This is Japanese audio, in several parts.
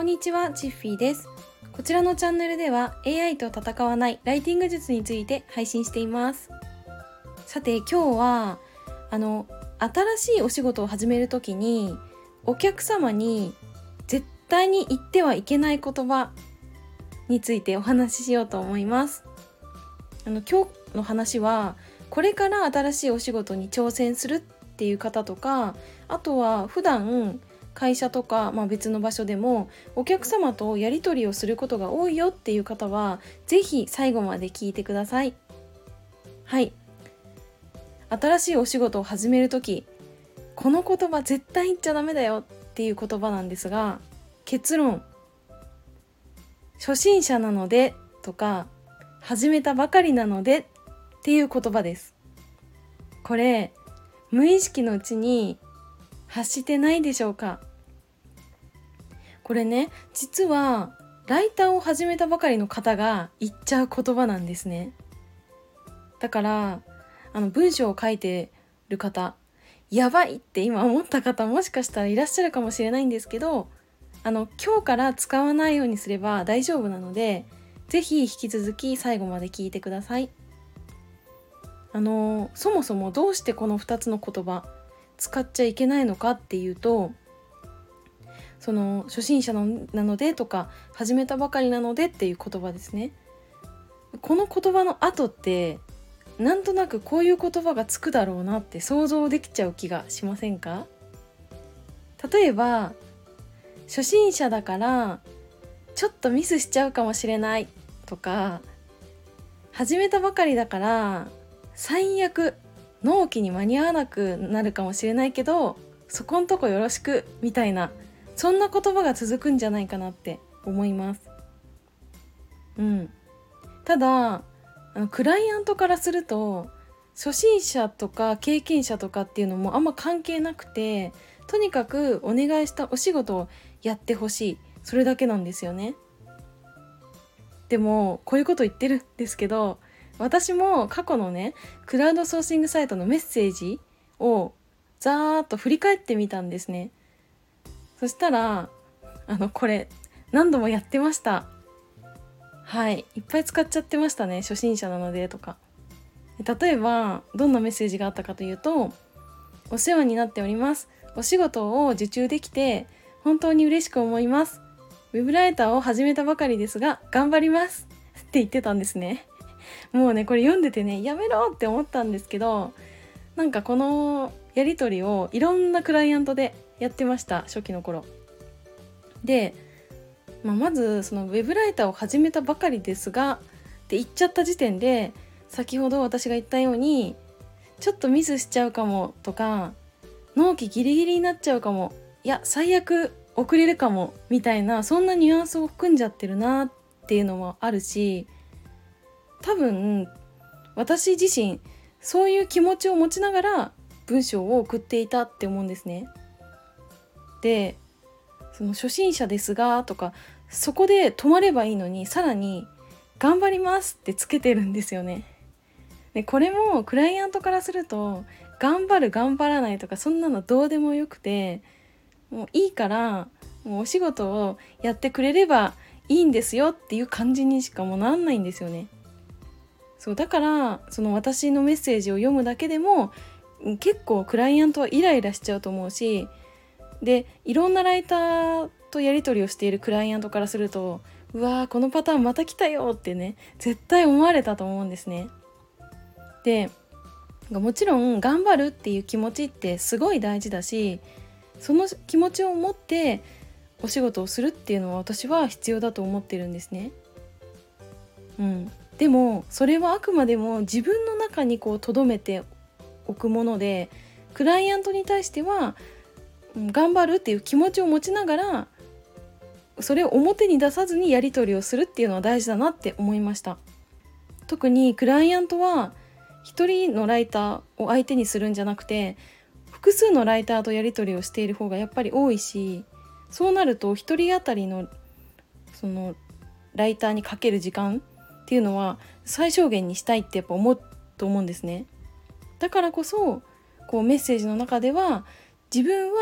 んにちは、チッフィーです。こちらのチャンネルでは AI と戦わないライティング術について配信しています。さて今日は新しいお仕事を始めるときにお客様に絶対に言ってはいけない言葉についてお話ししようと思います。今日の話はこれから新しいお仕事に挑戦するっていう方とか、あとは普段会社とか、別の場所でもお客様とやり取りをすることが多いよっていう方はぜひ最後まで聞いてください。はい、新しいお仕事を始めるとき、この言葉絶対言っちゃダメだよっていう言葉なんですが、結論、初心者なのでとか始めたばかりなのでっていう言葉です。これ無意識のうちに発してないでしょうか。これね、実はライターを始めたばかりの方が言っちゃう言葉なんですね。だから文章を書いてる方、やばいって今思った方もしかしたらいらっしゃるかもしれないんですけど、今日から使わないようにすれば大丈夫なので、ぜひ引き続き最後まで聞いてください。そもそもどうしてこの2つの言葉使っちゃいけないのかっていうと、初心者なのでとか始めたばかりなのでっていう言葉ですね。この言葉の後ってなんとなくこういう言葉がつくだろうなって想像できちゃう気がしませんか？例えば初心者だからちょっとミスしちゃうかもしれないとか、始めたばかりだから最悪納期に間に合わなくなるかもしれないけどそこんとこよろしくみたいな、そんな言葉が続くんじゃないかなって思います。ただクライアントからすると初心者とか経験者とかっていうのもあんま関係なくて、とにかくお願いしたお仕事をやってほしい、それだけなんですよね。でもこういうこと言ってるんですけど、私も過去のねクラウドソーシングサイトのメッセージをざーっと振り返ってみたんですね。そしたらこれ何度もやってました。はい、いっぱい使っちゃってましたね。初心者なのでとか。例えばどんなメッセージがあったかというと、お世話になっております。お仕事を受注できて本当に嬉しく思います。ウェブライターを始めたばかりですが頑張りますって言ってたんですね。もうねこれ読んでてねやめろって思ったんですけど、なんかこのやり取りをいろんなクライアントでやってました、初期の頃で。まずそのウェブライターを始めたばかりですがって言っちゃった時点で、先ほど私が言ったようにちょっとミスしちゃうかもとか、納期ギリギリになっちゃうかも、いや最悪遅れるかもみたいな、そんなニュアンスを含んじゃってるなっていうのもあるし、多分私自身そういう気持ちを持ちながら文章を送っていたって思うんですね。でその初心者ですがとかそこで止まればいいのに、さらに頑張りますってつけてるんですよね。でこれもクライアントからすると頑張る頑張らないとかそんなのどうでもよくて、もういいからもうお仕事をやってくれればいいんですよっていう感じにしかもうなんないんですよね。そうだからその私のメッセージを読むだけでも結構クライアントはイライラしちゃうと思うし、でいろんなライターとやり取りをしているクライアントからすると、うわーこのパターンまた来たよってね絶対思われたと思うんですね。でもちろん頑張るっていう気持ちってすごい大事だし、その気持ちを持ってお仕事をするっていうのは私は必要だと思ってるんですね。でもそれはあくまでも自分の中にこう留めておくもので、クライアントに対しては頑張るっていう気持ちを持ちながらそれを表に出さずにやり取りをするっていうのは大事だなって思いました。特にクライアントは一人のライターを相手にするんじゃなくて複数のライターとやり取りをしている方がやっぱり多いし、そうなると一人当たりのそのライターにかける時間っていうのは最小限にしたいってやっぱ思うと思うんですね。だからこそこうメッセージの中では自分は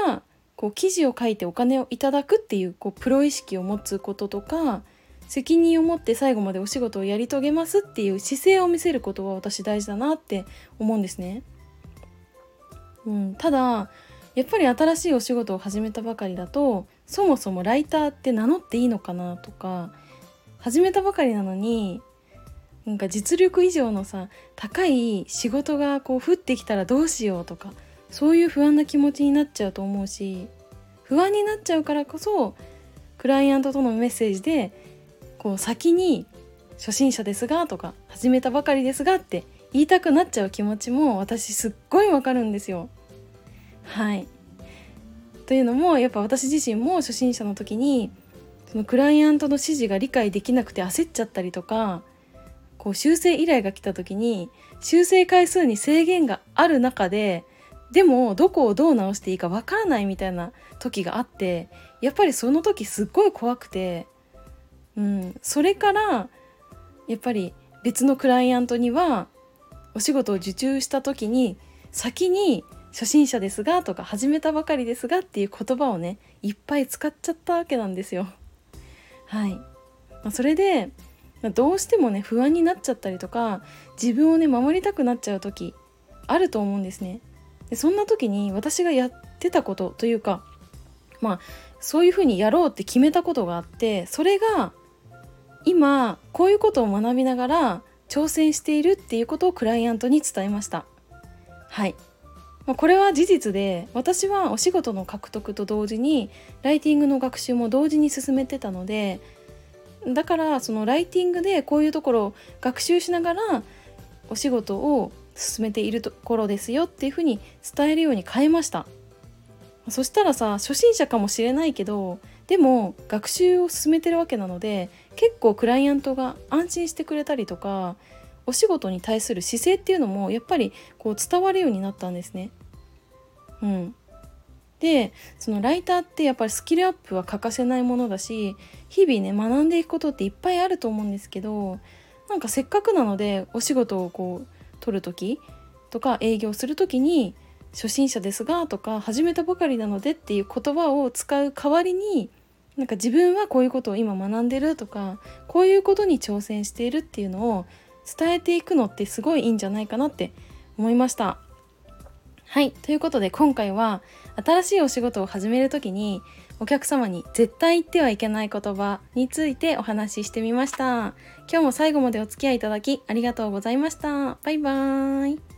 記事を書いてお金をいただくっていう、プロ意識を持つこととか、責任を持って最後までお仕事をやり遂げますっていう姿勢を見せることは私大事だなって思うんですね。ただやっぱり新しいお仕事を始めたばかりだと、そもそもライターって名乗っていいのかなとか、始めたばかりなのに実力以上の高い仕事が降ってきたらどうしようとか、そういう不安な気持ちになっちゃうと思うし、不安になっちゃうからこそクライアントとのメッセージで先に初心者ですがとか始めたばかりですがって言いたくなっちゃう気持ちも私すっごいわかるんですよ。はい。というのもやっぱ私自身も初心者の時にそのクライアントの指示が理解できなくて焦っちゃったりとか、修正依頼が来た時に修正回数に制限がある中で、でもどこをどう直していいかわからないみたいな時があって、やっぱりその時すっごい怖くて、それからやっぱり別のクライアントにはお仕事を受注した時に先に初心者ですがとか始めたばかりですがっていう言葉をねいっぱい使っちゃったわけなんですよ。はい。それでどうしてもね不安になっちゃったりとか、自分をね守りたくなっちゃう時あると思うんですね。でそんな時に私がやってたことというか、そういうふうにやろうって決めたことがあって、それが今こういうことを学びながら挑戦しているっていうことをクライアントに伝えました。はい。これは事実で、私はお仕事の獲得と同時にライティングの学習も同時に進めてたので、だからそのライティングでこういうところを学習しながらお仕事を進めているところですよっていうふうに伝えるように変えました。そしたら初心者かもしれないけど、でも学習を進めてるわけなので、結構クライアントが安心してくれたりとか、お仕事に対する姿勢っていうのもやっぱり伝わるようになったんですね。でそのライターってやっぱりスキルアップは欠かせないものだし、日々ね学んでいくことっていっぱいあると思うんですけど、せっかくなのでお仕事を取る時とか営業する時に初心者ですがとか始めたばかりなのでっていう言葉を使う代わりに、自分はこういうことを今学んでるとか、こういうことに挑戦しているっていうのを伝えていくのってすごいいいんじゃないかなって思いました。はい。ということで今回は新しいお仕事を始めるときにお客様に絶対言ってはいけない言葉についてお話ししてみました。今日も最後までお付き合いいただきありがとうございました。バイバーイ。